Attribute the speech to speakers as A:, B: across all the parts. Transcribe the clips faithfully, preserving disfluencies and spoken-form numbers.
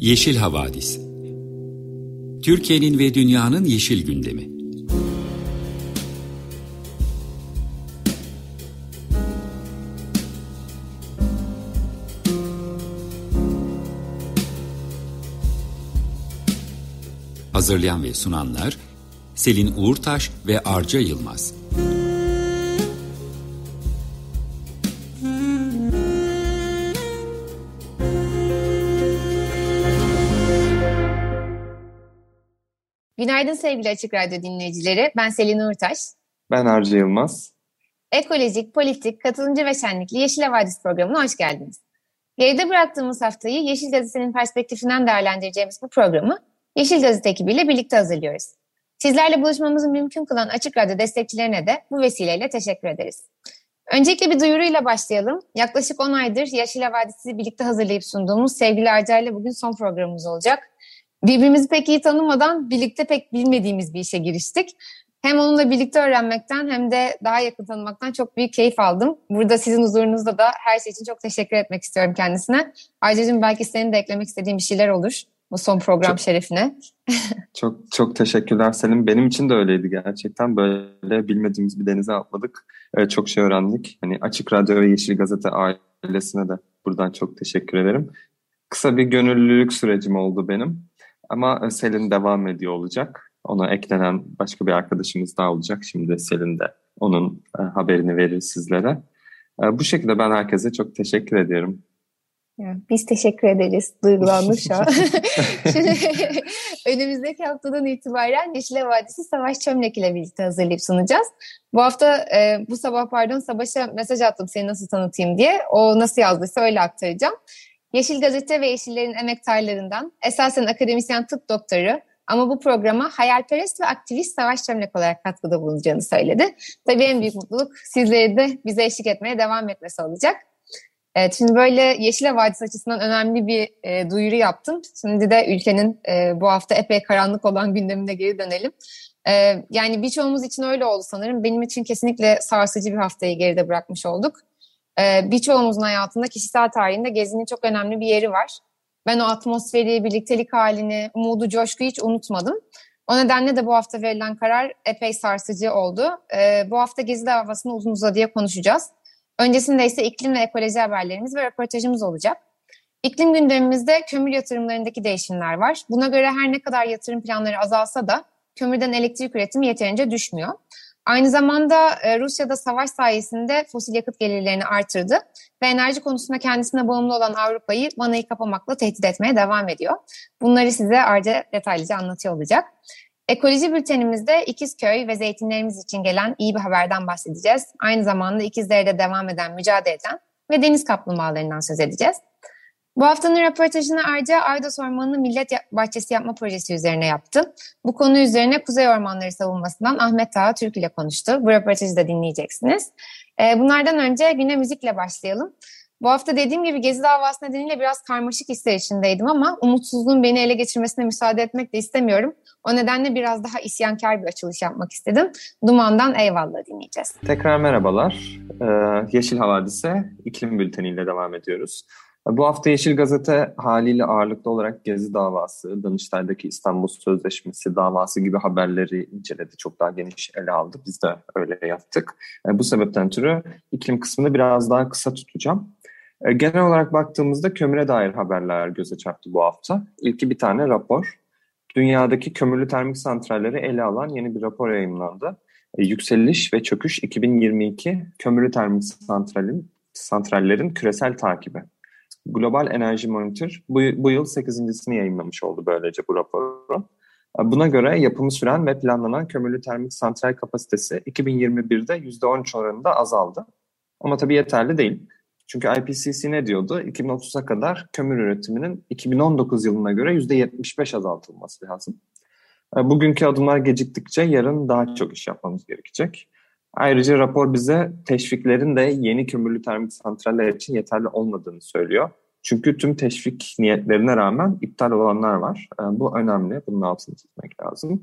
A: Yeşil Havadis. Türkiye'nin ve dünyanın yeşil gündemi. Hazırlayan ve sunanlar Selin Uğurtaş ve Arca Yılmaz.
B: Günaydın sevgili Açık Radyo dinleyicileri. Ben Selin Uğurtaş.
C: Ben Arca Yılmaz.
B: Ekolojik, politik, katılımcı ve şenlikli Yeşil Havadis programına hoş geldiniz. Geride bıraktığımız haftayı Yeşil Gazete'nin perspektifinden değerlendireceğimiz bu programı Yeşil Gazete ekibiyle birlikte hazırlıyoruz. Sizlerle buluşmamızı mümkün kılan Açık Radyo destekçilerine de bu vesileyle teşekkür ederiz. Öncelikle bir duyuruyla başlayalım. Yaklaşık on aydır Yeşil Havadis'i birlikte hazırlayıp sunduğumuz sevgili Arca ile bugün son programımız olacak. Birbirimizi pek iyi tanımadan birlikte pek bilmediğimiz bir işe giriştik. Hem onunla birlikte öğrenmekten hem de daha yakın tanımaktan çok büyük keyif aldım. Burada sizin huzurunuzda da her şey için çok teşekkür etmek istiyorum kendisine. Ayrıca belki senin de eklemek istediğin bir şeyler olur bu son program çok, şerefine.
C: çok çok teşekkürler Selim. Benim için de öyleydi gerçekten. Böyle bilmediğimiz bir denize atladık. Ee, çok şey öğrendik. Hani Açık Radyo ve Yeşil Gazete ailesine de buradan çok teşekkür ederim. Kısa bir gönüllülük sürecim oldu benim. Ama Selin devam ediyor olacak. Ona eklenen başka bir arkadaşımız daha olacak. Şimdi Selin de onun e, haberini verir sizlere. E, bu şekilde ben herkese çok teşekkür ediyorum.
B: Biz teşekkür ederiz. Duygulandım şu an. Şimdi önümüzdeki haftadan itibaren Yeşil Havadis'i Savaş Çömlek ile birlikte hazırlayıp sunacağız. Bu hafta, e, bu sabah pardon Savaş'a mesaj attım seni nasıl tanıtayım diye. O nasıl yazdıysa öyle aktaracağım. Yeşil Gazete ve Yeşillerin emektarlarından, esasen akademisyen tıp doktoru ama bu programa hayalperest ve aktivist Savaş Çömlek olarak katkıda bulunacağını söyledi. Tabii en büyük mutluluk sizleri de bize eşlik etmeye devam etmesi olacak. Evet, şimdi böyle Yeşil Havadis açısından önemli bir e, duyuru yaptım. Şimdi de ülkenin e, bu hafta epey karanlık olan gündemine geri dönelim. E, yani birçoğumuz için öyle oldu sanırım. Benim için kesinlikle sarsıcı bir haftayı geride bırakmış olduk. Ee, birçoğumuzun hayatında kişisel tarihinde Gezi'nin çok önemli bir yeri var. Ben o atmosferi, birliktelik halini, umudu, coşkuyu hiç unutmadım. O nedenle de bu hafta verilen karar epey sarsıcı oldu. Ee, bu hafta Gezi davasını uzun uzadıya konuşacağız. Öncesinde ise iklim ve ekoloji haberlerimiz ve röportajımız olacak. İklim gündemimizde kömür yatırımlarındaki değişimler var. Buna göre her ne kadar yatırım planları azalsa da kömürden elektrik üretimi yeterince düşmüyor. Aynı zamanda Rusya'da savaş sayesinde fosil yakıt gelirlerini artırdı ve enerji konusunda kendisine bağımlı olan Avrupa'yı vanayı kapamakla tehdit etmeye devam ediyor. Bunları size Arca detaylıca anlatıyor olacak. Ekoloji bültenimizde İkizköy ve zeytinlerimiz için gelen iyi bir haberden bahsedeceğiz. Aynı zamanda İkizdere'de devam eden mücadeleden ve deniz kaplumbağalarından söz edeceğiz. Bu haftanın röportajını Arca, Aydos Ormanı'nın Millet Bahçesi yapma projesi üzerine yaptı. Bu konu üzerine Kuzey Ormanları savunmasından Ahmet Taha Türk ile konuştu. Bu röportajı da dinleyeceksiniz. Bunlardan önce güne müzikle başlayalım. Bu hafta dediğim gibi Gezi davası nedeniyle biraz karmaşık hisler içindeydim ama umutsuzluğun beni ele geçirmesine müsaade etmek de istemiyorum. O nedenle biraz daha isyankar bir açılış yapmak istedim. Duman'dan Eyvallah dinleyeceğiz.
C: Tekrar merhabalar. Ee, Yeşil Havadis'e iklim bülteniyle devam ediyoruz. Bu hafta Yeşil Gazete haliyle ağırlıklı olarak Gezi davası, Danıştay'daki İstanbul Sözleşmesi davası gibi haberleri inceledi. Çok daha geniş ele aldı. Biz de öyle yaptık. Bu sebepten ötürü iklim kısmını biraz daha kısa tutacağım. Genel olarak baktığımızda kömüre dair haberler göze çarptı bu hafta. İlki bir tane rapor. Dünyadaki kömürlü termik santralleri ele alan yeni bir rapor yayımlandı. Yükseliş ve Çöküş iki bin yirmi iki Kömürlü Termik Santralin, Santrallerin Küresel Takibi. Global Enerji Monitor bu, bu yıl sekizincisini yayınlamış oldu böylece bu raporu. Buna göre yapımı süren ve planlanan kömürlü termik santral kapasitesi iki bin yirmi birde yüzde on üç oranında azaldı. Ama tabii yeterli değil. Çünkü I P C C ne diyordu? iki bin otuza kadar kömür üretiminin iki bin on dokuz yılına göre yüzde yetmiş beş azaltılması lazım. Bugünkü adımlar geciktikçe yarın daha çok iş yapmamız gerekecek. Ayrıca rapor bize teşviklerin de yeni kömürlü termik santraller için yeterli olmadığını söylüyor. Çünkü tüm teşvik niyetlerine rağmen iptal olanlar var. Bu önemli. Bunun altını çizmek lazım.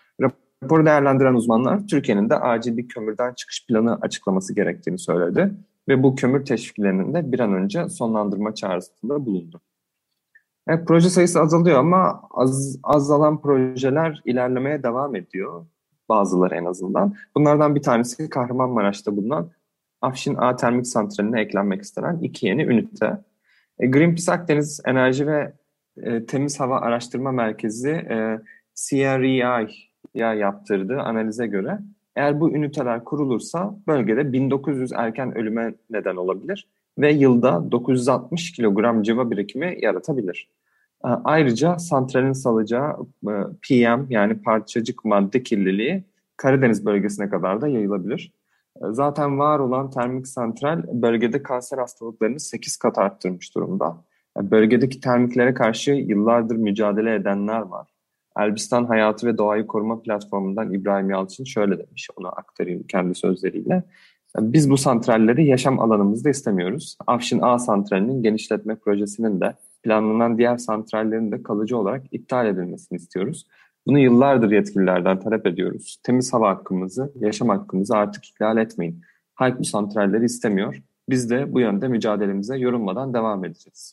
C: Raporu değerlendiren uzmanlar Türkiye'nin de acil bir kömürden çıkış planı açıklaması gerektiğini söyledi. Ve bu kömür teşviklerinin de bir an önce sonlandırma çağrısında bulundu. Evet, proje sayısı azalıyor ama az, azalan projeler ilerlemeye devam ediyor. Bazıları en azından. Bunlardan bir tanesi Kahramanmaraş'ta bulunan Afşin A Termik Santrali'ne eklenmek istenen iki yeni ünite. E, Greenpeace Akdeniz Enerji ve e, Temiz Hava Araştırma Merkezi e, C R E I'ya yaptırdığı analize göre eğer bu üniteler kurulursa bölgede bin dokuz yüz erken ölüme neden olabilir ve yılda dokuz yüz altmış kilogram civa birikimi yaratabilir. E, Ayrıca santralin salacağı e, P M yani parçacık madde kirliliği Karadeniz bölgesine kadar da yayılabilir. E, Zaten var olan termik santral bölgede kanser hastalıklarını sekiz kat arttırmış durumda. E, Bölgedeki termiklere karşı yıllardır mücadele edenler var. Elbistan Hayatı ve Doğayı Koruma Platformu'ndan İbrahim Yalçın şöyle demiş, onu aktarayım kendi sözleriyle. E, Biz bu santralleri yaşam alanımızda istemiyoruz. Afşin A santralinin genişletme projesinin de planlanan diğer santrallerin de kalıcı olarak iptal edilmesini istiyoruz. Bunu yıllardır yetkililerden talep ediyoruz. Temiz hava hakkımızı, yaşam hakkımızı artık ihlal etmeyin. Halk bu santralleri istemiyor. Biz de bu yönde mücadelemize yorulmadan devam edeceğiz.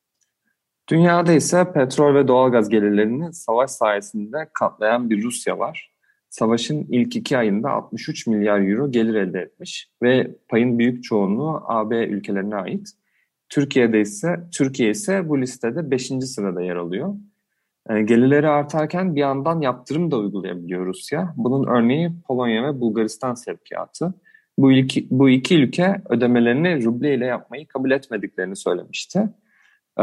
C: Dünyada ise petrol ve doğalgaz gelirlerini savaş sayesinde katlayan bir Rusya var. Savaşın ilk iki ayında altmış üç milyar euro gelir elde etmiş ve payın büyük çoğunluğu A B ülkelerine ait. Türkiye'de ise Türkiye ise bu listede beşinci sırada yer alıyor. E, gelirleri artarken bir yandan yaptırım da uygulayabiliyor Rusya. Bunun örneği Polonya ve Bulgaristan sevkiyatı. Bu iki, bu iki ülke ödemelerini ruble ile yapmayı kabul etmediklerini söylemişti. E,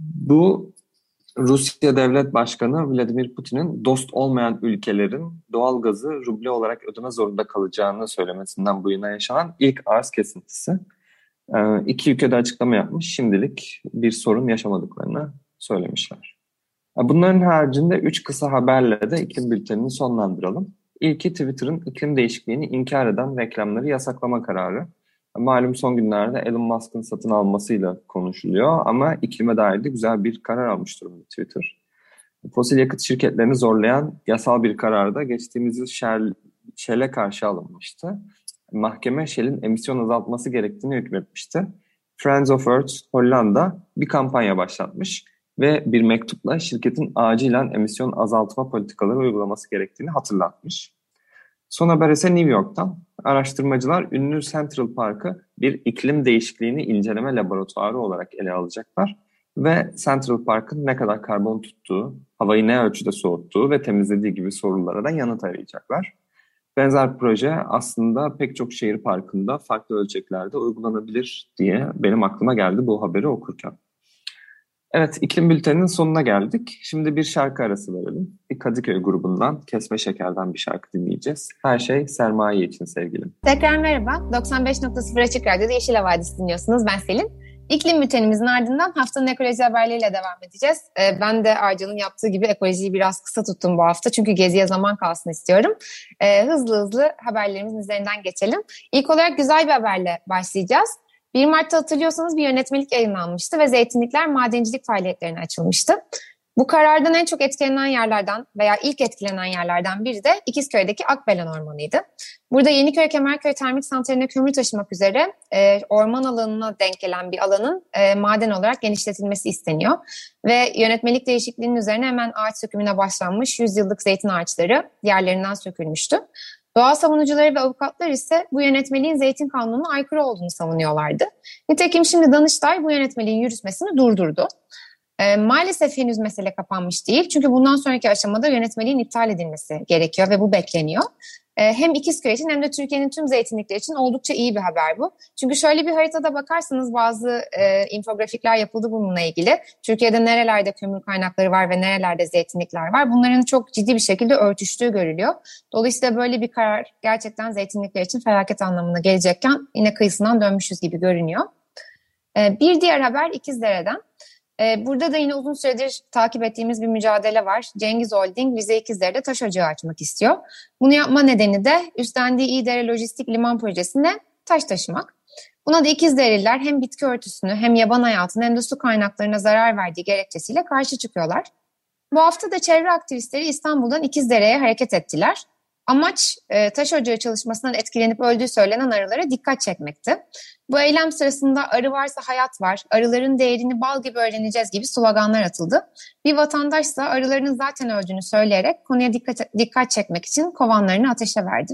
C: bu Rusya Devlet Başkanı Vladimir Putin'in dost olmayan ülkelerin doğal gazı ruble olarak ödeme zorunda kalacağını söylemesinden bu yana yaşanan ilk arz kesintisi. E, iki ülke de açıklama yapmış. Şimdilik bir sorun yaşamadıklarını söylemişler. Bunların haricinde üç kısa haberle de iklim bültenini sonlandıralım. İlki Twitter'ın iklim değişikliğini inkar eden reklamları yasaklama kararı. Malum son günlerde Elon Musk'ın satın almasıyla konuşuluyor ama iklime dair de güzel bir karar almış durumda Twitter. Fosil yakıt şirketlerini zorlayan yasal bir karar da geçtiğimiz yıl Shell, Shell'e karşı alınmıştı. Mahkeme Shell'in emisyon azaltması gerektiğini hükmetmişti. Friends of Earth Hollanda bir kampanya başlatmış ve bir mektupla şirketin acilen emisyon azaltma politikaları uygulaması gerektiğini hatırlatmış. Son haber ise New York'tan. Araştırmacılar ünlü Central Park'ı bir iklim değişikliğini inceleme laboratuvarı olarak ele alacaklar ve Central Park'ın ne kadar karbon tuttuğu, havayı ne ölçüde soğuttuğu ve temizlediği gibi sorulara da yanıt arayacaklar. Benzer proje aslında pek çok şehir parkında farklı ölçeklerde uygulanabilir diye benim aklıma geldi bu haberi okurken. Evet, iklim bülteninin sonuna geldik. Şimdi bir şarkı arası verelim. Bir Kadıköy grubundan, Kesme Şeker'den bir şarkı dinleyeceğiz. Her şey sermaye için sevgilim.
B: Tekrar merhaba. doksan beş nokta sıfır Açık Radyo'da Yeşil Havadis dinliyorsunuz. Ben Selin. İklim bültenimizin ardından haftanın ekoloji haberleriyle devam edeceğiz. Ee, ben de Arca'nın yaptığı gibi ekolojiyi biraz kısa tuttum bu hafta. Çünkü geziye zaman kalsın istiyorum. Ee, hızlı hızlı haberlerimizin üzerinden geçelim. İlk olarak güzel bir haberle başlayacağız. bir Mart'ta hatırlıyorsanız bir yönetmelik yayınlanmıştı ve zeytinlikler madencilik faaliyetlerine açılmıştı. Bu karardan en çok etkilenen yerlerden veya ilk etkilenen yerlerden biri de İkizköy'deki Akbelen Ormanı'ydı. Burada Yeniköy Kemerköy Termik Santrali'ne kömür taşımak üzere e, orman alanına denk gelen bir alanın e, maden olarak genişletilmesi isteniyor. Ve yönetmelik değişikliğinin üzerine hemen ağaç sökümüne başlanmış yüz yıllık zeytin ağaçları yerlerinden sökülmüştü. Doğa savunucuları ve avukatlar ise bu yönetmeliğin zeytin kanununa aykırı olduğunu savunuyorlardı. Nitekim şimdi Danıştay bu yönetmeliğin yürütmesini durdurdu. E, maalesef henüz mesele kapanmış değil. Çünkü bundan sonraki aşamada yönetmeliğin iptal edilmesi gerekiyor ve bu bekleniyor. E, hem İkizköy için hem de Türkiye'nin tüm zeytinlikleri için oldukça iyi bir haber bu. Çünkü şöyle bir haritada bakarsanız bazı e, infografikler yapıldı bununla ilgili. Türkiye'de nerelerde kömür kaynakları var ve nerelerde zeytinlikler var. Bunların çok ciddi bir şekilde örtüştüğü görülüyor. Dolayısıyla böyle bir karar gerçekten zeytinlikler için felaket anlamına gelecekken yine kıyısından dönmüşüz gibi görünüyor. E, bir diğer haber İkizdere'den. Burada da yine uzun süredir takip ettiğimiz bir mücadele var. Cengiz Holding Rize İkizdere'de taş ocağı açmak istiyor. Bunu yapma nedeni de üstlendiği İdere Lojistik Liman Projesi'ne taş taşımak. Buna da İkizdereliler hem bitki örtüsünü hem yaban hayatını hem de su kaynaklarına zarar verdiği gerekçesiyle karşı çıkıyorlar. Bu hafta da çevre aktivistleri İstanbul'dan İkizdere'ye hareket ettiler. Amaç e, taş ocağı çalışmasından etkilenip öldüğü söylenen arılara dikkat çekmekti. Bu eylem sırasında arı varsa hayat var, arıların değerini bal gibi öğreneceğiz gibi sloganlar atıldı. Bir vatandaşsa arıların zaten öldüğünü söyleyerek konuya dikkat, dikkat çekmek için kovanlarını ateşe verdi.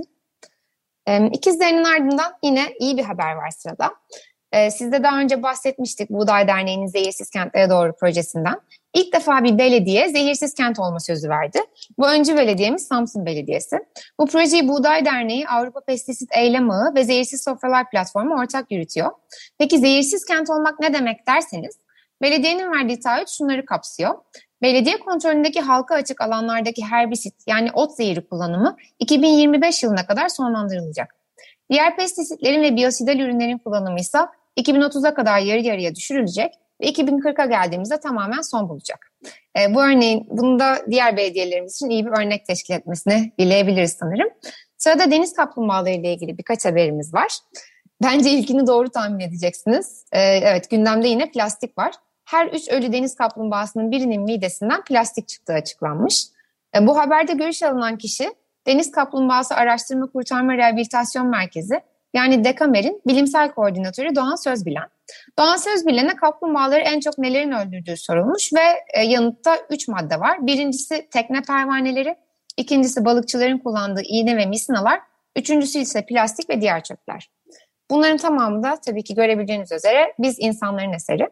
B: E, ikizlerinin ardından yine iyi bir haber var sırada. E, siz de daha önce bahsetmiştik Buğday Derneği'nin Zehirsiz Kentlere Doğru projesinden. İlk defa bir belediye zehirsiz kent olma sözü verdi. Bu öncü belediyemiz Samsun Belediyesi. Bu projeyi Buğday Derneği, Avrupa Pestisit Eylem Ağı ve Zehirsiz Sofralar Platformu ortak yürütüyor. Peki zehirsiz kent olmak ne demek derseniz, belediyenin verdiği taahhüt şunları kapsıyor. Belediye kontrolündeki halka açık alanlardaki herbisit yani ot zehiri kullanımı iki bin yirmi beş yılına kadar sonlandırılacak. Diğer pestisitlerin ve biyosidal ürünlerin kullanımı ise iki bin otuza kadar yarı yarıya düşürülecek ve iki bin kırka geldiğimizde tamamen son bulacak. E, bu örneğin, bunu da diğer belediyelerimiz için iyi bir örnek teşkil etmesini dileyebiliriz sanırım. Sırada deniz kaplumbağaları ile ilgili birkaç haberimiz var. Bence ilkini doğru tahmin edeceksiniz. E, evet, gündemde yine plastik var. Her üç ölü deniz kaplumbağasının birinin midesinden plastik çıktığı açıklanmış. E, bu haberde görüş alınan kişi Deniz Kaplumbağası Araştırma Kurtarma Rehabilitasyon Merkezi yani DEKAMER'in bilimsel koordinatörü Doğan Sözbilen. Doğan Sözbilen'e kaplumbağaları en çok nelerin öldürdüğü sorulmuş ve yanıtta üç madde var. Birincisi tekne pervaneleri, ikincisi balıkçıların kullandığı iğne ve misinalar, üçüncüsü ise plastik ve diğer çöpler. Bunların tamamı da tabii ki görebileceğiniz üzere biz insanların eseri.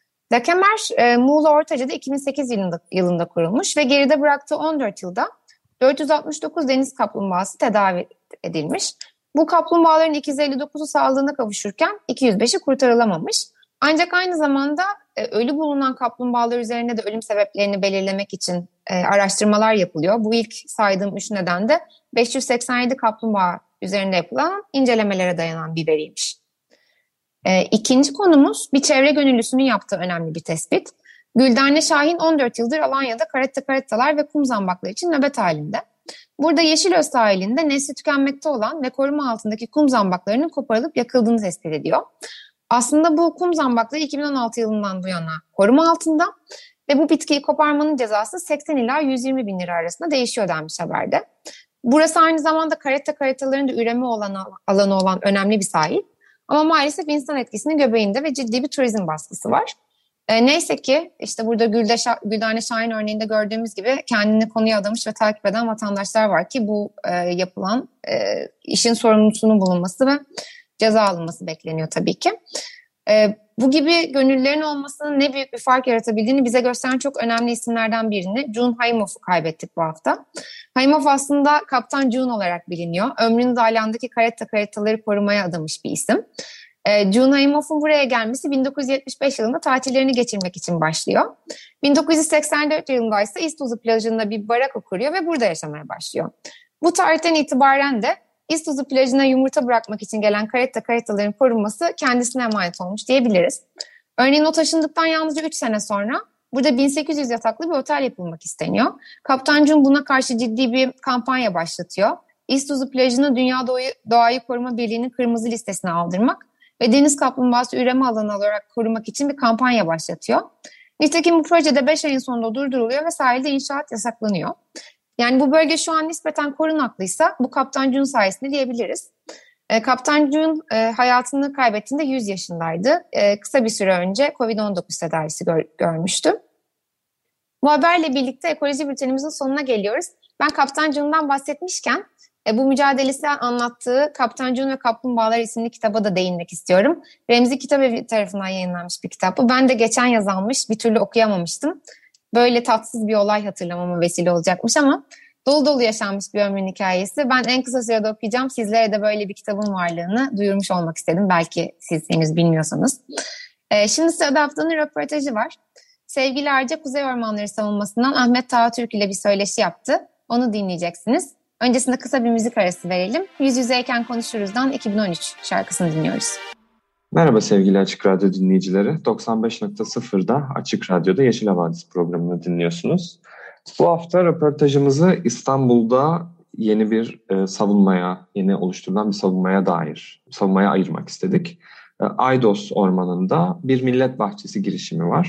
B: DEKAMER Muğla Ortaca'da iki bin sekiz yılında, yılında kurulmuş ve geride bıraktığı on dört yılda dört yüz altmış dokuz deniz kaplumbağası tedavi edilmiş. Bu kaplumbağaların iki yüz elli dokuzu sağlığına kavuşurken iki yüz beşi kurtarılamamış. Ancak aynı zamanda e, ölü bulunan kaplumbağalar üzerine de ölüm sebeplerini belirlemek için e, araştırmalar yapılıyor. Bu ilk saydığım üç neden de beş yüz seksen yedi kaplumbağa üzerinde yapılan incelemelere dayanan bir veriymiş. E, ikinci konumuz bir çevre gönüllüsünün yaptığı önemli bir tespit. Güldane Şahin on dört yıldır Alanya'da karetta karettalar ve kum zambakları için nöbet halinde. Burada Yeşilöz sahilinde nesli tükenmekte olan ve koruma altındaki kum zambaklarının koparılıp yakıldığını tespit ediyor. Aslında bu kum zambakları iki bin on altı yılından bu yana koruma altında ve bu bitkiyi koparmanın cezası seksen ila yüz yirmi bin lira arasında değişiyor denmiş haberde. Burası aynı zamanda karetta karettaların da üreme olan, alanı olan önemli bir sahil. Ama maalesef insan etkisinin göbeğinde ve ciddi bir turizm baskısı var. E, neyse ki işte burada Gülde Şah, Güldane Şahin örneğinde gördüğümüz gibi kendini konuya adamış ve takip eden vatandaşlar var ki bu e, yapılan e, işin sorumlusunun bulunması ve ceza alınması bekleniyor tabii ki. E, bu gibi gönüllülerin olmasının ne büyük bir fark yaratabildiğini bize gösteren çok önemli isimlerden birini June Haimov'u kaybettik bu hafta. Haimov aslında Kaptan June olarak biliniyor. Ömrünü de alandaki karetta karettaları korumaya adamış bir isim. June Haimov'un buraya gelmesi bin dokuz yüz yetmiş beş yılında tatillerini geçirmek için başlıyor. bin dokuz yüz seksen dört yılında ise İztuzu plajında bir baraka kuruyor ve burada yaşamaya başlıyor. Bu tarihten itibaren de İztuzu plajına yumurta bırakmak için gelen karetta karettaların korunması kendisine emanet olmuş diyebiliriz. Örneğin o taşındıktan yalnızca üç sene sonra burada bin sekiz yüz yataklı bir otel yapılmak isteniyor. Kaptan June buna karşı ciddi bir kampanya başlatıyor. İztuzu plajını Dünya Doğayı, Doğayı Koruma Birliği'nin kırmızı listesine aldırmak ve deniz kaplumbağası üreme alanı olarak korumak için bir kampanya başlatıyor. Nitekim bu projede beş ayın sonunda durduruluyor ve sahilde inşaat yasaklanıyor. Yani bu bölge şu an nispeten korunaklıysa bu Kaptan June sayesinde diyebiliriz. E, Kaptan June e, hayatını kaybettiğinde yüz yaşındaydı. E, kısa bir süre önce kovid on dokuz tedavisi gör, görmüştü. Bu haberle birlikte ekoloji bültenimizin sonuna geliyoruz. Ben Kaptan June'dan bahsetmişken E, bu mücadelesi anlattığı Kaptan June ve Kaplumbağalar isimli kitaba da değinmek istiyorum. Remzi Kitabevi tarafından yayınlanmış bir kitap bu. Ben de geçen yaz almış, bir türlü okuyamamıştım. Böyle tatsız bir olay hatırlamama vesile olacakmış ama dolu dolu yaşanmış bir ömrün hikayesi. Ben en kısa sürede okuyacağım. Sizlere de böyle bir kitabın varlığını duyurmuş olmak istedim. Belki siz henüz bilmiyorsanız. E, şimdi sırada haftanın röportajı var. Sevgili Arca Kuzey Ormanları Savunması'ndan Ahmet Tağatürk ile bir söyleşi yaptı. Onu dinleyeceksiniz. Öncesinde kısa bir müzik arası verelim. Yüz Yüzeyken Konuşuruz'dan iki bin on üç şarkısını dinliyoruz.
C: Merhaba sevgili Açık Radyo dinleyicileri. doksan beş nokta sıfırda Açık Radyo'da Yeşil Havadis programını dinliyorsunuz. Bu hafta röportajımızı İstanbul'da yeni bir e, savunmaya, yeni oluşturulan bir savunmaya dair, savunmaya ayırmak istedik. E, Aydos Ormanı'nda bir millet bahçesi girişimi var.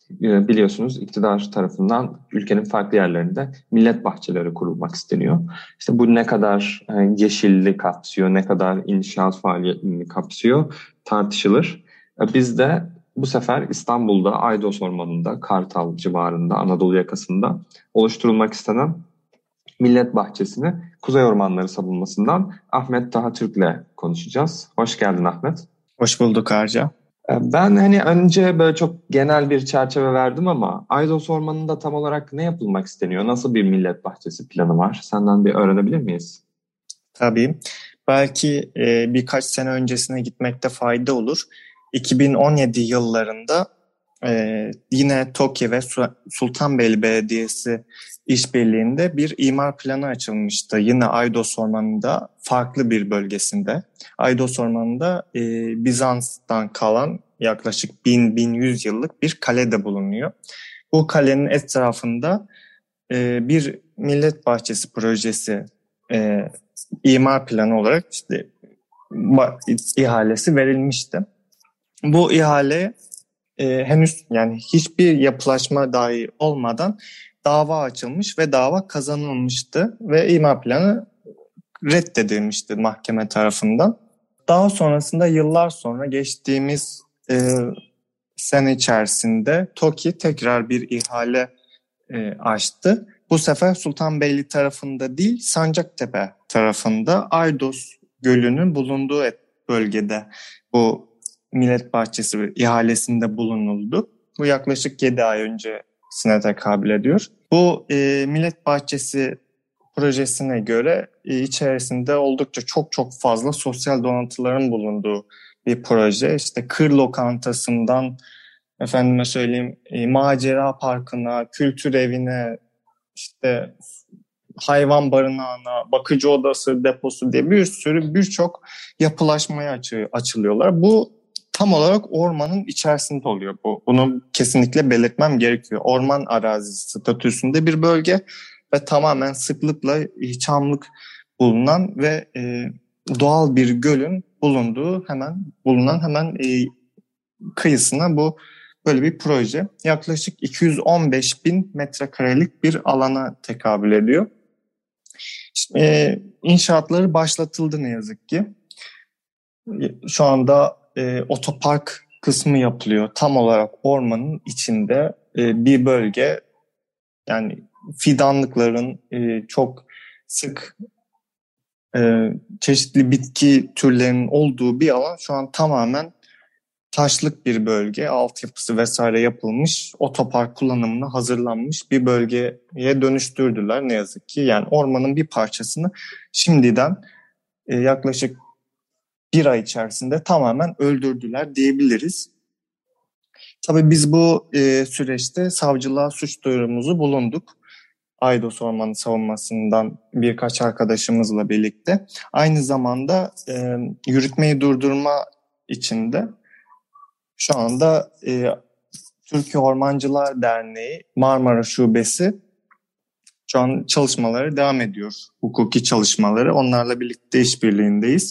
C: e, biliyorsunuz iktidar tarafından ülkenin farklı yerlerinde millet bahçeleri kurulmak isteniyor. İşte bu ne kadar e, yeşilli kapsıyor, ne kadar inşaat faaliyetini kapsıyor tartışılır. E, biz de bu sefer İstanbul'da, Aydos Ormanı'nda, Kartal civarında, Anadolu yakasında oluşturulmak istenen Millet Bahçesi'ni Kuzey Ormanları Savunması'ndan Ahmet Taha Türk'le konuşacağız. Hoş geldin Ahmet.
D: Hoş bulduk Arca.
C: Ben hani önce böyle çok genel bir çerçeve verdim ama Aydos Ormanı'nda tam olarak ne yapılmak isteniyor? Nasıl bir millet bahçesi planı var? Senden bir öğrenebilir miyiz?
D: Tabii. Belki e, birkaç sene öncesine gitmekte fayda olur. iki bin on yedi yıllarında e, yine TOKİ ve Sultanbeyli Belediyesi işbirliğinde bir imar planı açılmıştı. Yine Aydos Ormanı'nda farklı bir bölgesinde. Aydos Ormanı'nda e, Bizans'tan kalan yaklaşık bin bin yüz yıllık bir kale de bulunuyor. Bu kalenin etrafında e, bir millet bahçesi projesi e, imar planı olarak işte ihalesi verilmişti. Bu ihale e, henüz yani hiçbir yapılaşma dahi olmadan dava açılmış ve dava kazanılmıştı ve imar planı reddedilmişti mahkeme tarafından. Daha sonrasında yıllar sonra geçtiğimiz e, sene içerisinde TOKİ tekrar bir ihale e, açtı. Bu sefer Sultanbeyli tarafında değil Sancaktepe tarafında Aydos Gölü'nün bulunduğu bölgede bu millet bahçesi ihalesinde bulunuldu. Bu yaklaşık yedi ay öncesine tekabül ediyor. Bu e, millet bahçesi projesine göre e, içerisinde oldukça çok çok fazla sosyal donatıların bulunduğu bir proje. İşte kır lokantasından efendime söyleyeyim e, macera parkına, kültür evine, işte hayvan barınağına, bakıcı odası, deposu diye bir sürü birçok yapılaşmaya açı, açılıyorlar. Bu tam olarak ormanın içerisinde oluyor bu. Bunu kesinlikle belirtmem gerekiyor. Orman arazisi statüsünde bir bölge ve tamamen sıklıkla çamlık bulunan ve e, doğal bir gölün bulunduğu hemen bulunan hemen e, kıyısına bu böyle bir proje. Yaklaşık iki yüz on beş bin metrekarelik bir alana tekabül ediyor. E, inşaatları başlatıldı ne yazık ki. Şu anda e, otopark kısmı yapılıyor. Tam olarak ormanın içinde e, bir bölge, yani fidanlıkların e, çok sık e, çeşitli bitki türlerinin olduğu bir alan. Şu an tamamen taşlık bir bölge, altyapısı vesaire yapılmış, otopark kullanımına hazırlanmış bir bölgeye dönüştürdüler ne yazık ki. Yani ormanın bir parçasını şimdiden e, yaklaşık bir ay içerisinde tamamen öldürdüler diyebiliriz. Tabii biz bu e, süreçte savcılığa suç duyurumuzu bulunduk. Aydos Ormanı Savunması'ndan birkaç arkadaşımızla birlikte. Aynı zamanda e, yürütmeyi durdurma için de şu anda e, Türkiye Ormancılar Derneği Marmara Şubesi şu an çalışmaları devam ediyor. Hukuki çalışmaları. Onlarla birlikte işbirliğindeyiz.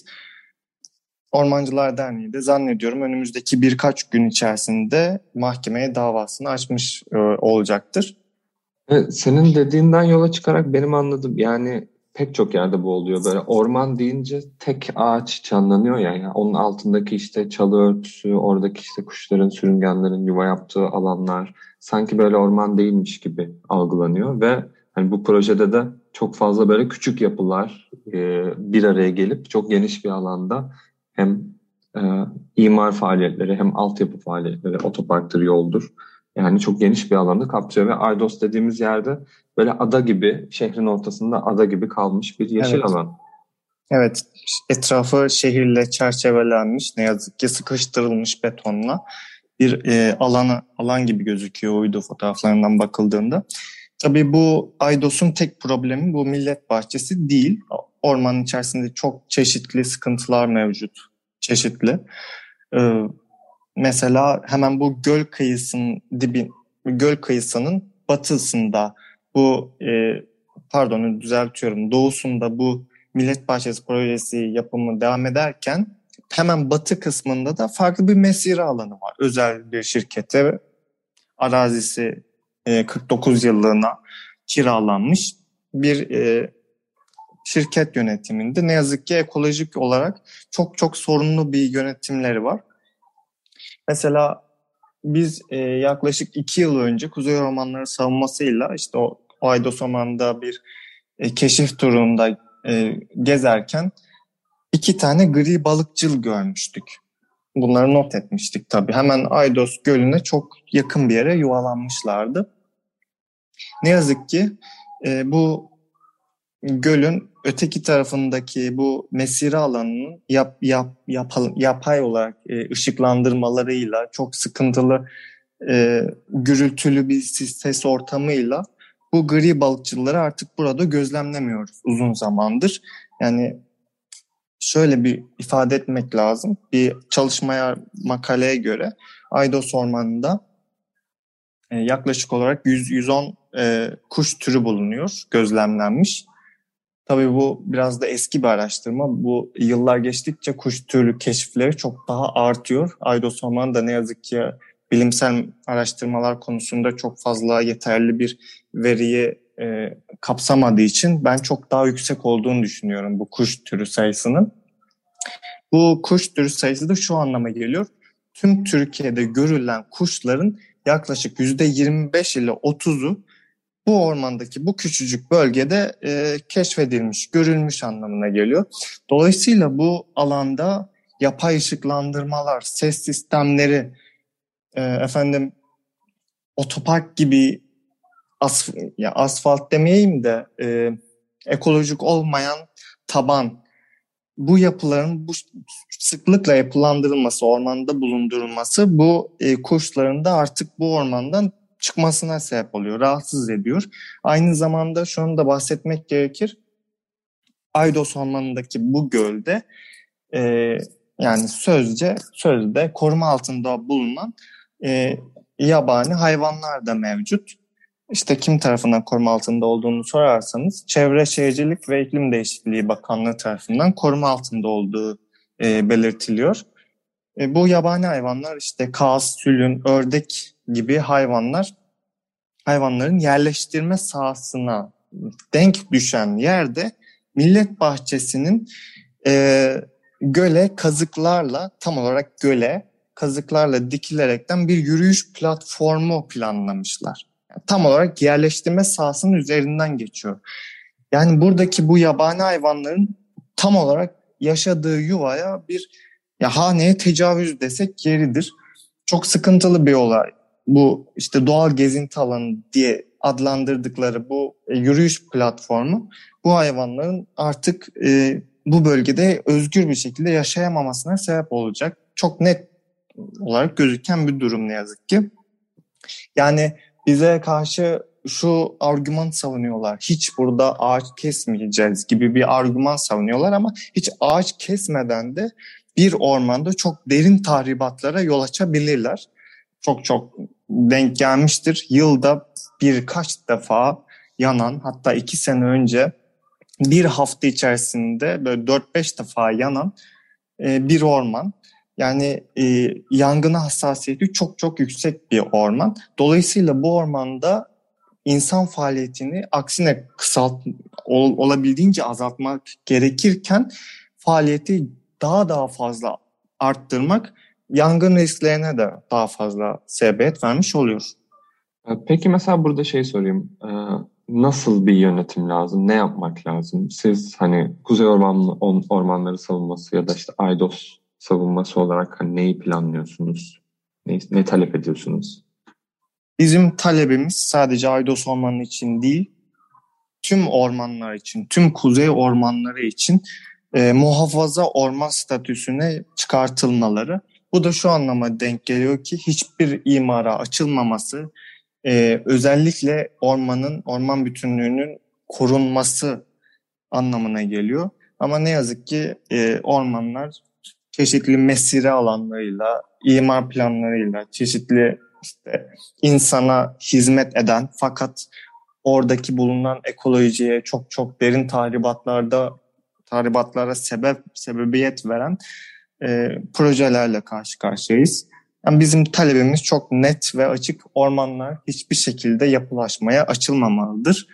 D: Ormancılar Derneği de zannediyorum önümüzdeki birkaç gün içerisinde mahkemeye davasını açmış e, olacaktır.
C: Evet, senin dediğinden yola çıkarak benim anladığım, yani pek çok yerde bu oluyor. Böyle orman deyince tek ağaç canlanıyor ya. Yani onun altındaki işte çalı örtüsü, oradaki işte kuşların, sürüngenlerin yuva yaptığı alanlar sanki böyle orman değilmiş gibi algılanıyor ve hani bu projede de çok fazla böyle küçük yapılar e, bir araya gelip çok geniş bir alanda hem e, imar faaliyetleri hem altyapı faaliyetleri, otoparktır, yoldur. Yani çok geniş bir alanı kapsıyor ve Aydos dediğimiz yerde böyle ada gibi, şehrin ortasında ada gibi kalmış bir yeşil
D: Evet.
C: alan.
D: Evet, etrafı şehirle çerçevelenmiş, ne yazık ki sıkıştırılmış betonla bir e, alanı, alan gibi gözüküyor uydu fotoğraflarından bakıldığında. Tabii bu Aydos'un tek problemi bu millet bahçesi değil. Ormanın içerisinde çok çeşitli sıkıntılar mevcut, çeşitli. Ee, mesela hemen bu göl kıyısının dibi, göl kıyısının batısında bu e, pardon düzeltiyorum doğusunda bu millet bahçesi projesi yapımı devam ederken hemen batı kısmında da farklı bir mesire alanı var. Özel bir şirkete arazisi e, kırk dokuz yıllığına kiralanmış bir e, şirket yönetiminde. Ne yazık ki ekolojik olarak çok çok sorunlu bir yönetimleri var. Mesela biz e, yaklaşık iki yıl önce Kuzey Ormanları savunmasıyla işte o, o Aydos Ormanı'nda bir e, keşif turunda e, gezerken iki tane gri balıkçıl görmüştük. Bunları not etmiştik tabii. Hemen Aydos Gölü'ne çok yakın bir yere yuvalanmışlardı. Ne yazık ki e, bu gölün öteki tarafındaki bu mesire alanının yap, yap, yapal, yapay olarak e, ışıklandırmalarıyla, çok sıkıntılı, e, gürültülü bir ses ortamıyla bu gri balıkçıları artık burada gözlemlemiyoruz uzun zamandır. Yani şöyle bir ifade etmek lazım. Bir çalışmaya, makaleye göre Aydos Ormanı'nda e, yaklaşık olarak yüz yüz on e, kuş türü bulunuyor, gözlemlenmiş. Tabii bu biraz da eski bir araştırma. Bu yıllar geçtikçe kuş türü keşifleri çok daha artıyor. Aydos Ormanı da ne yazık ki bilimsel araştırmalar konusunda çok fazla yeterli bir veriyi e, kapsamadığı için ben çok daha yüksek olduğunu düşünüyorum bu kuş türü sayısının. Bu kuş türü sayısı da şu anlama geliyor. Tüm Türkiye'de görülen kuşların yaklaşık yüzde yirmi beş ile otuzu bu ormandaki bu küçücük bölgede e, keşfedilmiş, görülmüş anlamına geliyor. Dolayısıyla bu alanda yapay ışıklandırmalar, ses sistemleri, e, efendim otopark gibi asf ya asfalt demeyeyim de e, ekolojik olmayan taban, bu yapıların bu sıklıkla yapılandırılması, ormanda bulundurulması bu e, kuşların da artık bu ormandan çıkmasına sebep oluyor, rahatsız ediyor. Aynı zamanda şunu da bahsetmek gerekir. Aydos Ormanı'ndaki bu gölde e, yani sözce sözde koruma altında bulunan e, yabani hayvanlar da mevcut. İşte kim tarafından koruma altında olduğunu sorarsanız Çevre Şehircilik ve İklim Değişikliği Bakanlığı tarafından koruma altında olduğu e, belirtiliyor. E, bu yabani hayvanlar işte kaz, sülün, ördek gibi hayvanlar hayvanların yerleştirme sahasına denk düşen yerde Millet Bahçesi'nin e, göle kazıklarla tam olarak göle kazıklarla dikilerekten bir yürüyüş platformu planlamışlar. Yani tam olarak yerleştirme sahasının üzerinden geçiyor. Yani buradaki bu yabani hayvanların tam olarak yaşadığı yuvaya bir ya haneye tecavüz desek yeridir. Çok sıkıntılı bir olay. Bu işte doğal gezinti alanı diye adlandırdıkları bu e, yürüyüş platformu bu hayvanların artık e, bu bölgede özgür bir şekilde yaşayamamasına sebep olacak. Çok net olarak gözüken bir durum ne yazık ki. Yani bize karşı şu argüman savunuyorlar. Hiç burada ağaç kesmeyeceğiz gibi bir argüman savunuyorlar ama hiç ağaç kesmeden de bir ormanda çok derin tahribatlara yol açabilirler. Çok çok denk gelmiştir. Yılda birkaç defa yanan, hatta iki sene önce bir hafta içerisinde böyle dört beş defa yanan e, bir orman. Yani e, yangına hassasiyeti çok çok yüksek bir orman. Dolayısıyla bu ormanda insan faaliyetini aksine kısalt, ol, olabildiğince azaltmak gerekirken faaliyeti daha daha fazla arttırmak yangın risklerine de daha fazla sebebiyet vermiş oluyor.
C: Peki mesela burada şey sorayım. Nasıl bir yönetim lazım? Ne yapmak lazım? Siz hani Kuzey Orman, Ormanları savunması ya da işte Aydos savunması olarak hani neyi planlıyorsunuz? Ne, ne talep ediyorsunuz?
D: Bizim talebimiz sadece Aydos Ormanı için değil, tüm ormanlar için, tüm kuzey ormanları için e, muhafaza orman statüsüne çıkartılmaları. Bu da şu anlama denk geliyor ki hiçbir imara açılmaması, e, özellikle ormanın, orman bütünlüğünün korunması anlamına geliyor. Ama ne yazık ki e, ormanlar çeşitli mesire alanlarıyla, imar planlarıyla, çeşitli işte insana hizmet eden fakat oradaki bulunan ekolojiye çok çok derin tahribatlarda tahribatlara sebep sebebiyet veren e, projelerle karşı karşıyayız. Yani bizim talebimiz çok net ve açık. Ormanlar hiçbir şekilde yapılaşmaya açılmamalıdır.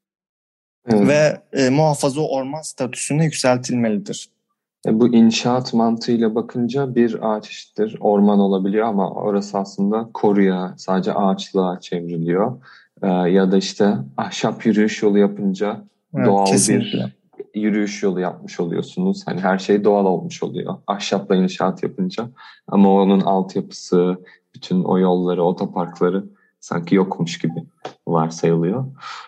D: Evet. Ve e, muhafaza orman statüsüne yükseltilmelidir.
C: E, bu inşaat mantığıyla bakınca bir ağaç eşittir orman olabiliyor ama orası aslında koruya, sadece ağaçlığa çevriliyor. E, ya da işte ahşap yürüyüş yolu yapınca evet, doğal kesinlikle. bir yürüyüş yolu yapmış oluyorsunuz. Hani her şey doğal olmuş oluyor. Ahşapla inşaat yapınca. Ama onun altyapısı, bütün o yolları, otoparkları sanki yokmuş gibi varsayılıyor.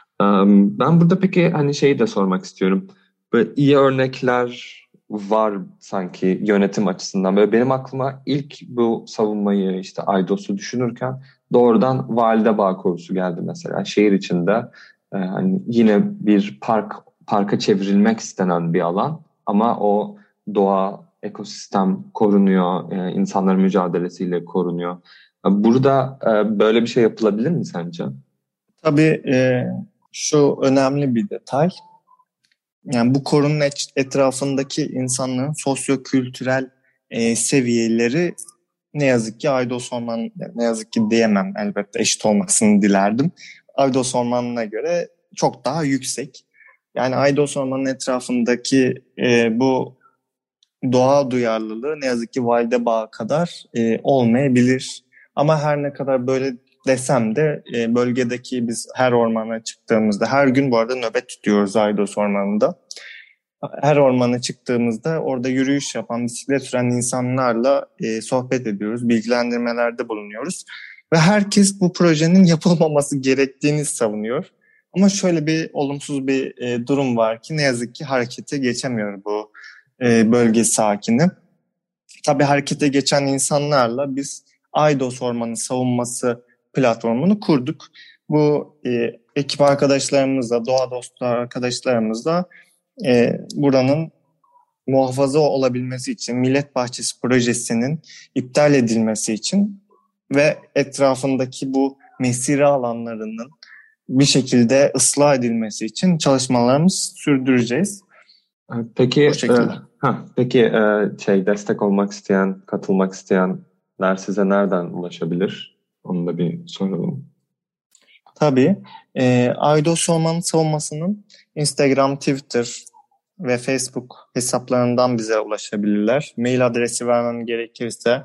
C: Ben burada peki hani şeyi de sormak istiyorum. Böyle iyi örnekler var sanki yönetim açısından. Böyle benim aklıma ilk bu savunmayı işte Aydos'u düşünürken doğrudan Valide Bağ Korusu geldi mesela. Şehir içinde hani yine bir park parka çevrilmek istenen bir alan ama o doğa, ekosistem korunuyor, insanların mücadelesiyle korunuyor. Burada böyle bir şey yapılabilir mi sence?
D: Tabii e, şu önemli bir detay. Yani bu korunun etrafındaki insanların sosyo-kültürel e, seviyeleri ne yazık ki Aydos Ormanı, ne yazık ki diyemem, elbette eşit olmasını dilerdim. Aydos Ormanı'na göre çok daha yüksek. Yani Aydos Ormanı'nın etrafındaki e, bu doğa duyarlılığı ne yazık ki Valide Bağ kadar e, olmayabilir. Ama her ne kadar böyle desem de e, bölgedeki biz her ormana çıktığımızda, her gün bu arada nöbet tutuyoruz Aydos Ormanı'nda. Her ormana çıktığımızda orada yürüyüş yapan, bisiklet süren insanlarla e, sohbet ediyoruz, bilgilendirmelerde bulunuyoruz. Ve herkes bu projenin yapılmaması gerektiğini savunuyor. Ama şöyle bir olumsuz bir e, durum var ki ne yazık ki harekete geçemiyor bu e, bölge sakini. Tabii harekete geçen insanlarla biz Aydos Ormanı Savunması platformunu kurduk. Bu e, ekip arkadaşlarımızla, doğa dostu arkadaşlarımızla e, buranın muhafaza olabilmesi için, Millet Bahçesi projesinin iptal edilmesi için ve etrafındaki bu mesire alanlarının bir şekilde ıslah edilmesi için çalışmalarımızı sürdüreceğiz.
C: Peki, e, ha, peki e, şey destek olmak isteyen, katılmak isteyenler size nereden ulaşabilir? Onu da bir soralım.
D: Tabii. E, Aydos Ormanı Savunması'nın Instagram, Twitter ve Facebook hesaplarından bize ulaşabilirler. Mail adresi vermem gerekirse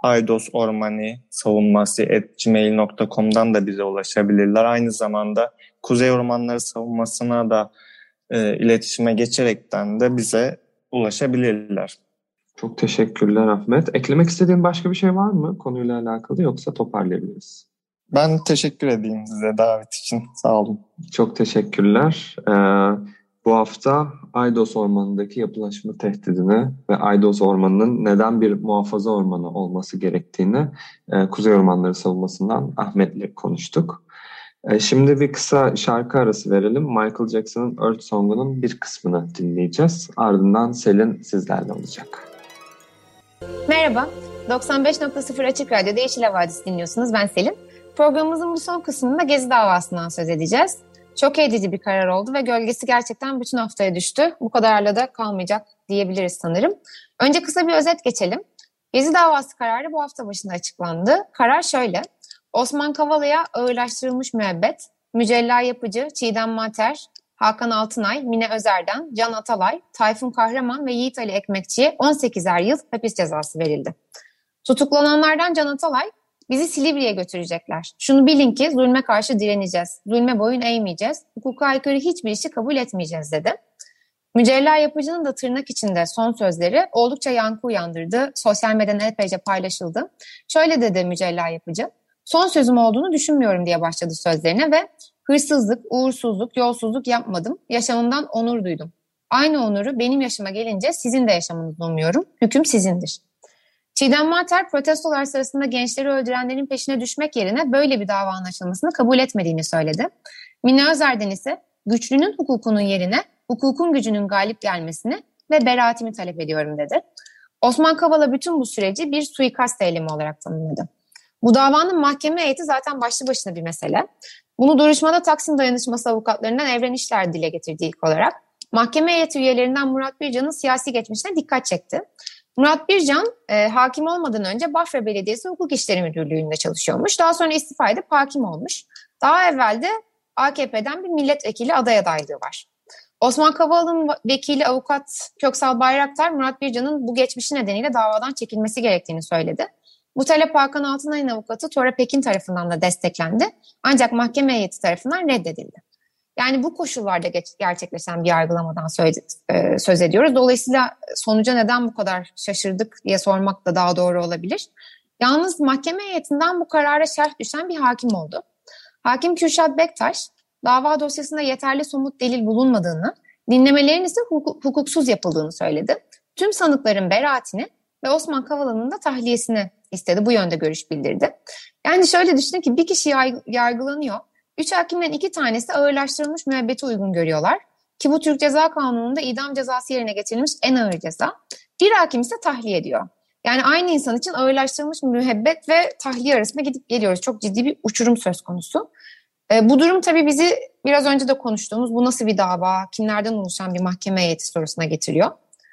D: aydosormanisavunması at gmail nokta com'dan da bize ulaşabilirler. Aynı zamanda Kuzey Ormanları Savunması'na da e, iletişime geçerekten de bize ulaşabilirler.
C: Çok teşekkürler Ahmet. Eklemek istediğin başka bir şey var mı konuyla alakalı, yoksa toparlayabiliriz?
D: Ben teşekkür edeyim size davet için. Sağ olun.
C: Çok teşekkürler. Ee, bu hafta Aydos Ormanı'ndaki yapılaşma tehdidini ve Aydos Ormanı'nın neden bir muhafaza ormanı olması gerektiğini e, Kuzey Ormanları Savunması'ndan Ahmet'le konuştuk. E, şimdi bir kısa şarkı arası verelim. Michael Jackson'ın Earth Song'unun bir kısmını dinleyeceğiz. Ardından Selin sizlerle olacak.
B: Merhaba, doksan beş nokta sıfır Açık Radyo'da Yeşil Havadis dinliyorsunuz. Ben Selin. Programımızın bu son kısmında Gezi davasından söz edeceğiz. Şok edici bir karar oldu ve gölgesi gerçekten bütün haftaya düştü. Bu kadarla da kalmayacak diyebiliriz sanırım. Önce kısa bir özet geçelim. Gezi davası kararı bu hafta başında açıklandı. Karar şöyle: Osman Kavala'ya ağırlaştırılmış müebbet, Mücella Yapıcı, Çiğdem Mater, Hakan Altınay, Mine Özer'den, Can Atalay, Tayfun Kahraman ve Yiğit Ali Ekmekçi'ye on sekizer yıl hapis cezası verildi. Tutuklananlardan Can Atalay, bizi Silivri'ye götürecekler. Şunu bilin ki zulme karşı direneceğiz. Zulme boyun eğmeyeceğiz. Hukuka aykırı hiçbir işi kabul etmeyeceğiz dedi. Mücella Yapıcı'nın da tırnak içinde son sözleri oldukça yankı uyandırdı. Sosyal medyada epeyce paylaşıldı. Şöyle dedi Mücella Yapıcı: son sözüm olduğunu düşünmüyorum diye başladı sözlerine ve hırsızlık, uğursuzluk, yolsuzluk yapmadım. Yaşamımdan onur duydum. Aynı onuru benim yaşıma gelince sizin de yaşamanızı umuyorum. Hüküm sizindir. Çiğdem Mater protestolar sırasında gençleri öldürenlerin peşine düşmek yerine böyle bir davanın açılmasını kabul etmediğini söyledi. Mine Özer'den ise güçlünün hukukunun yerine hukukun gücünün galip gelmesini ve beraatimi talep ediyorum dedi. Osman Kavala bütün bu süreci bir suikast eylemi olarak tanımladı. Bu davanın mahkeme heyeti zaten başlı başına bir mesele. Bunu duruşmada Taksim Dayanışması avukatlarından Evren İşler dile getirdi ilk olarak. Mahkeme heyeti üyelerinden Murat Bircan'ın siyasi geçmişine dikkat çekti. Murat Bircan e, hakim olmadan önce Bafra Belediyesi Hukuk İşleri Müdürlüğü'nde çalışıyormuş. Daha sonra istifa edip hakim olmuş. Daha evvel de A K P'den bir milletvekili aday adaylığı var. Osman Kavala'nın vekili avukat Köksal Bayraktar, Murat Bircan'ın bu geçmişi nedeniyle davadan çekilmesi gerektiğini söyledi. Bu talep Hakan Altınay'ın avukatı Tora Pekin tarafından da desteklendi. Ancak mahkeme heyeti tarafından reddedildi. Yani bu koşullarda geç, gerçekleşen bir yargılamadan söz, e, söz ediyoruz. Dolayısıyla sonuca neden bu kadar şaşırdık diye sormak da daha doğru olabilir. Yalnız mahkeme heyetinden bu karara şerh düşen bir hakim oldu. Hakim Kürşat Bektaş, dava dosyasında yeterli somut delil bulunmadığını, dinlemelerin ise hukuk, hukuksuz yapıldığını söyledi. Tüm sanıkların beraatini ve Osman Kavala'nın da tahliyesini istedi. Bu yönde görüş bildirdi. Yani şöyle düşünün ki bir kişi yargılanıyor. Üç hakimden iki tanesi ağırlaştırılmış müebbeti uygun görüyorlar. Ki bu Türk Ceza Kanunu'nda idam cezası yerine getirilmiş en ağır ceza. Bir hakim ise tahliye ediyor. Yani aynı insan için ağırlaştırılmış müebbet ve tahliye arasında gidip geliyoruz. Çok ciddi bir uçurum söz konusu. E, bu durum tabii bizi biraz önce de konuştuğumuz bu nasıl bir dava, kimlerden oluşan bir mahkeme heyeti sorusuna getiriyor.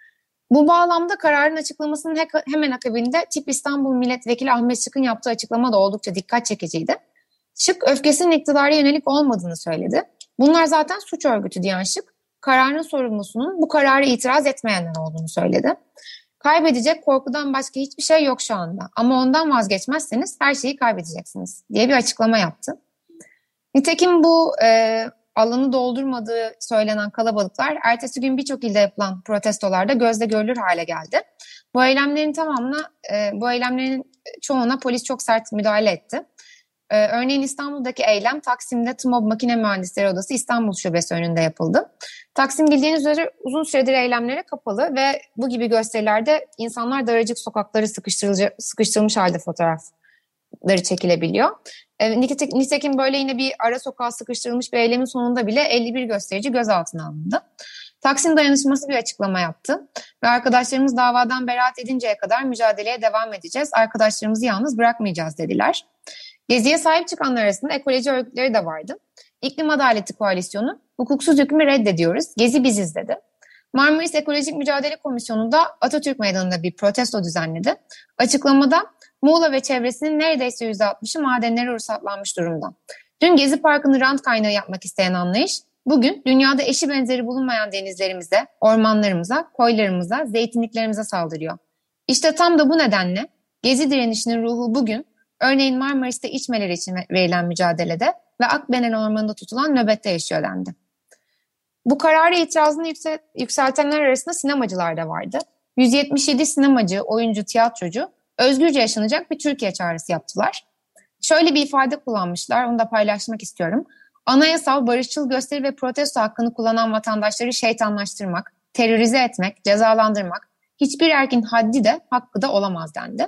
B: Bu bağlamda kararın açıklamasının he- hemen akabinde Tip İstanbul Milletvekili Ahmet Şık'ın yaptığı açıklama da oldukça dikkat çekiciydi. Şık öfkesinin iktidara yönelik olmadığını söyledi. Bunlar zaten suç örgütü diyen Şık, kararın sorumlusunun bu karara itiraz etmeyenler olduğunu söyledi. Kaybedecek korkudan başka hiçbir şey yok şu anda ama ondan vazgeçmezseniz her şeyi kaybedeceksiniz diye bir açıklama yaptı. Nitekim bu e, alanı doldurmadığı söylenen kalabalıklar ertesi gün birçok ilde yapılan protestolarda gözle görülür hale geldi. Bu eylemlerin tamamına, e, bu eylemlerin çoğuna polis çok sert müdahale etti. Ee, örneğin İstanbul'daki eylem Taksim'de TMOB Makine Mühendisleri Odası İstanbul Şubesi önünde yapıldı. Taksim bildiğiniz üzere uzun süredir eylemlere kapalı ve bu gibi gösterilerde insanlar daracık sokakları sıkıştırılmış halde fotoğrafları çekilebiliyor. Ee, nitekim böyle yine bir ara sokağa sıkıştırılmış bir eylemin sonunda bile elli bir gösterici gözaltına alındı. Taksim Dayanışması bir açıklama yaptı ve arkadaşlarımız davadan beraat edinceye kadar mücadeleye devam edeceğiz. Arkadaşlarımızı yalnız bırakmayacağız dediler. Geziye sahip çıkanlar arasında ekoloji örgütleri de vardı. İklim Adaleti Koalisyonu, hukuksuz hükmü reddediyoruz, Gezi biziz dedi. Marmaris Ekolojik Mücadele Komisyonu da Atatürk Meydanı'nda bir protesto düzenledi. Açıklamada Muğla ve çevresinin neredeyse yüzde altmışı madenlere ruhsatlanmış durumda. Dün Gezi Parkı'nı rant kaynağı yapmak isteyen anlayış, bugün dünyada eşi benzeri bulunmayan denizlerimize, ormanlarımıza, koylarımıza, zeytinliklerimize saldırıyor. İşte tam da bu nedenle Gezi direnişinin ruhu bugün, örneğin Marmaris'te içmeler için verilen mücadelede ve Akbelen Ormanı'nda tutulan nöbette yaşıyor dendi. Bu karara itirazını yüksel, yükseltenler arasında sinemacılar da vardı. yüz yetmiş yedi sinemacı, oyuncu, tiyatrocu özgürce yaşanacak bir Türkiye çağrısı yaptılar. Şöyle bir ifade kullanmışlar, onu da paylaşmak istiyorum. Anayasal, barışçıl gösteri ve protesto hakkını kullanan vatandaşları şeytanlaştırmak, terörize etmek, cezalandırmak hiçbir erkin haddi de hakkı da olamaz dendi.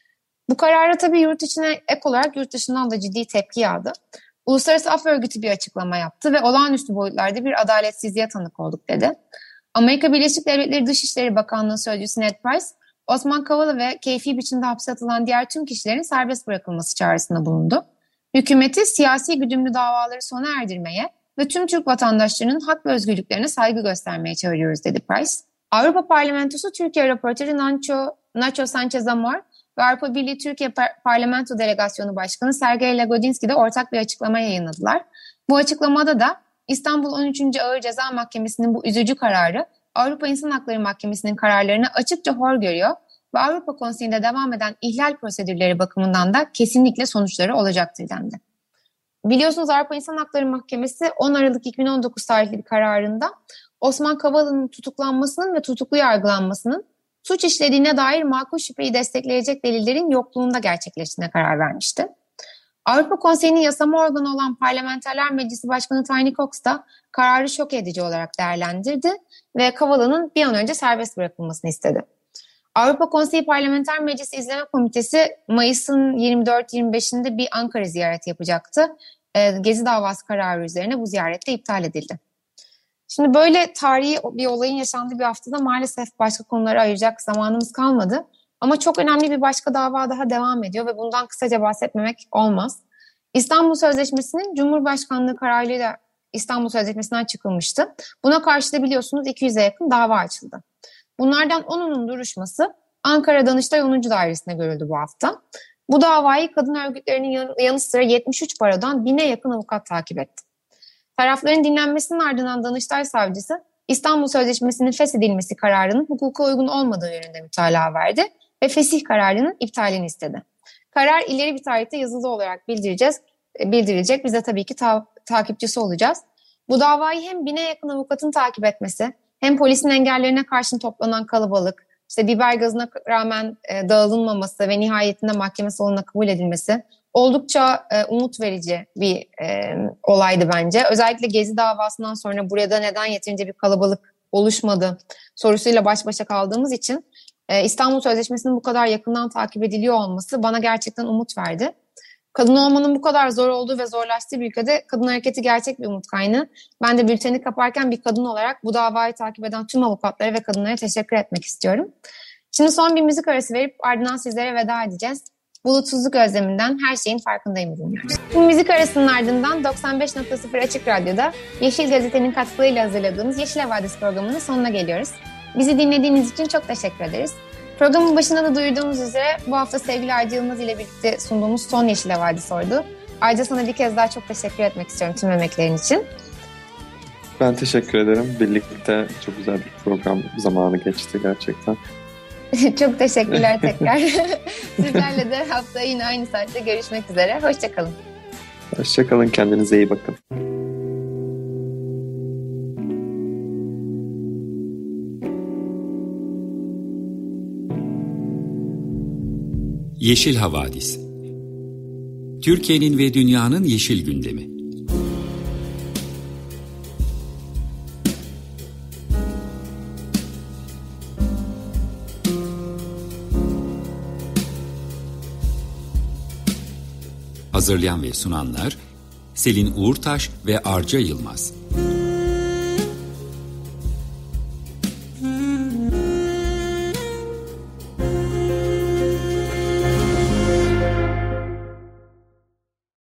B: Bu karara tabii yurt içine ek olarak yurt dışından da ciddi tepki yağdı. Uluslararası Af Örgütü bir açıklama yaptı ve olağanüstü boyutlarda bir adaletsizliğe tanık olduk dedi. Amerika Birleşik Devletleri Dışişleri Bakanlığı Sözcüsü Ned Price, Osman Kavala ve keyfi biçimde hapse atılan diğer tüm kişilerin serbest bırakılması çağrısında bulundu. Hükümeti siyasi güdümlü davaları sona erdirmeye ve tüm Türk vatandaşlarının hak ve özgürlüklerine saygı göstermeye çağırıyoruz dedi Price. Avrupa Parlamentosu Türkiye raportörü Nacho, Nacho Sanchez Amor ve Avrupa Birliği Türkiye Par- Parlamento Delegasyonu Başkanı Sergey Lagodinski de ortak bir açıklama yayınladılar. Bu açıklamada da İstanbul on üçüncü Ağır Ceza Mahkemesi'nin bu üzücü kararı Avrupa İnsan Hakları Mahkemesi'nin kararlarını açıkça hor görüyor ve Avrupa Konseyi'nde devam eden ihlal prosedürleri bakımından da kesinlikle sonuçları olacaktır dendi. Biliyorsunuz Avrupa İnsan Hakları Mahkemesi on Aralık iki bin on dokuz tarihli bir kararında Osman Kavala'nın tutuklanmasının ve tutuklu yargılanmasının suç işlediğine dair makul şüpheyi destekleyecek delillerin yokluğunda gerçekleştiğine karar vermişti. Avrupa Konseyi'nin yasama organı olan Parlamenterler Meclisi Başkanı Tiny Cox da kararı şok edici olarak değerlendirdi ve Kavala'nın bir an önce serbest bırakılmasını istedi. Avrupa Konseyi Parlamenter Meclisi İzleme Komitesi Mayıs'ın yirmi dört yirmi beşinde bir Ankara ziyareti yapacaktı. Gezi davası kararı üzerine bu ziyaret de iptal edildi. Şimdi böyle tarihi bir olayın yaşandığı bir haftada maalesef başka konulara ayıracak zamanımız kalmadı. Ama çok önemli bir başka dava daha devam ediyor ve bundan kısaca bahsetmemek olmaz. İstanbul Sözleşmesi'nin Cumhurbaşkanlığı kararıyla İstanbul Sözleşmesi'nden çıkılmıştı. Buna karşı da biliyorsunuz iki yüze yakın dava açıldı. Bunlardan onunun duruşması Ankara Danıştay onuncu Dairesi'ne görüldü bu hafta. Bu davayı kadın örgütlerinin yanı sıra yetmiş üç barodan bine yakın avukat takip etti. Tarafların dinlenmesinin ardından Danıştay savcısı İstanbul Sözleşmesi'nin feshedilmesi kararının hukuka uygun olmadığı yönünde mütalaa verdi ve fesih kararının iptalini istedi. Karar ileri bir tarihte yazılı olarak bildireceğiz, bildirilecek. Biz de tabii ki ta- takipçisi olacağız. Bu davayı hem bine yakın avukatın takip etmesi, hem polisin engellerine karşın toplanan kalabalık, işte biber gazına rağmen e, dağılınmaması ve nihayetinde mahkeme salonuna kabul edilmesi oldukça e, umut verici bir e, olaydı bence. Özellikle Gezi davasından sonra burada neden yeterince bir kalabalık oluşmadı sorusuyla baş başa kaldığımız için e, İstanbul Sözleşmesi'nin bu kadar yakından takip ediliyor olması bana gerçekten umut verdi. Kadın olmanın bu kadar zor olduğu ve zorlaştığı bir ülkede kadın hareketi gerçek bir umut kaynağı. Ben de bülteni kaparken bir kadın olarak bu davayı takip eden tüm avukatlara ve kadınlara teşekkür etmek istiyorum. Şimdi son bir müzik arası verip ardından sizlere veda edeceğiz. Bulutsuzluk özleminden Her Şeyin Farkındayım dinliyoruz. Bu müzik arasının ardından doksan beş nokta sıfır Açık Radyo'da Yeşil Gazete'nin katkılarıyla hazırladığımız Yeşil Havadis programının sonuna geliyoruz. Bizi dinlediğiniz için çok teşekkür ederiz. Programın başında da duyurduğumuz üzere bu hafta sevgili Ayca Yılmaz ile birlikte sunduğumuz son Yeşil Havadis oldu. Ayca, sana bir kez daha çok teşekkür etmek istiyorum tüm emeklerin için.
C: Ben teşekkür ederim. Birlikte çok güzel bir program zamanı geçti gerçekten.
B: Çok teşekkürler tekrar. Sizlerle de haftaya yine aynı saatte görüşmek üzere. Hoşçakalın.
C: Hoşçakalın. Kendinize iyi bakın.
A: Yeşil Havadis. Türkiye'nin ve dünyanın yeşil gündemi. Hazırlayan ve sunanlar Selin Uğurtaş ve Arca Yılmaz.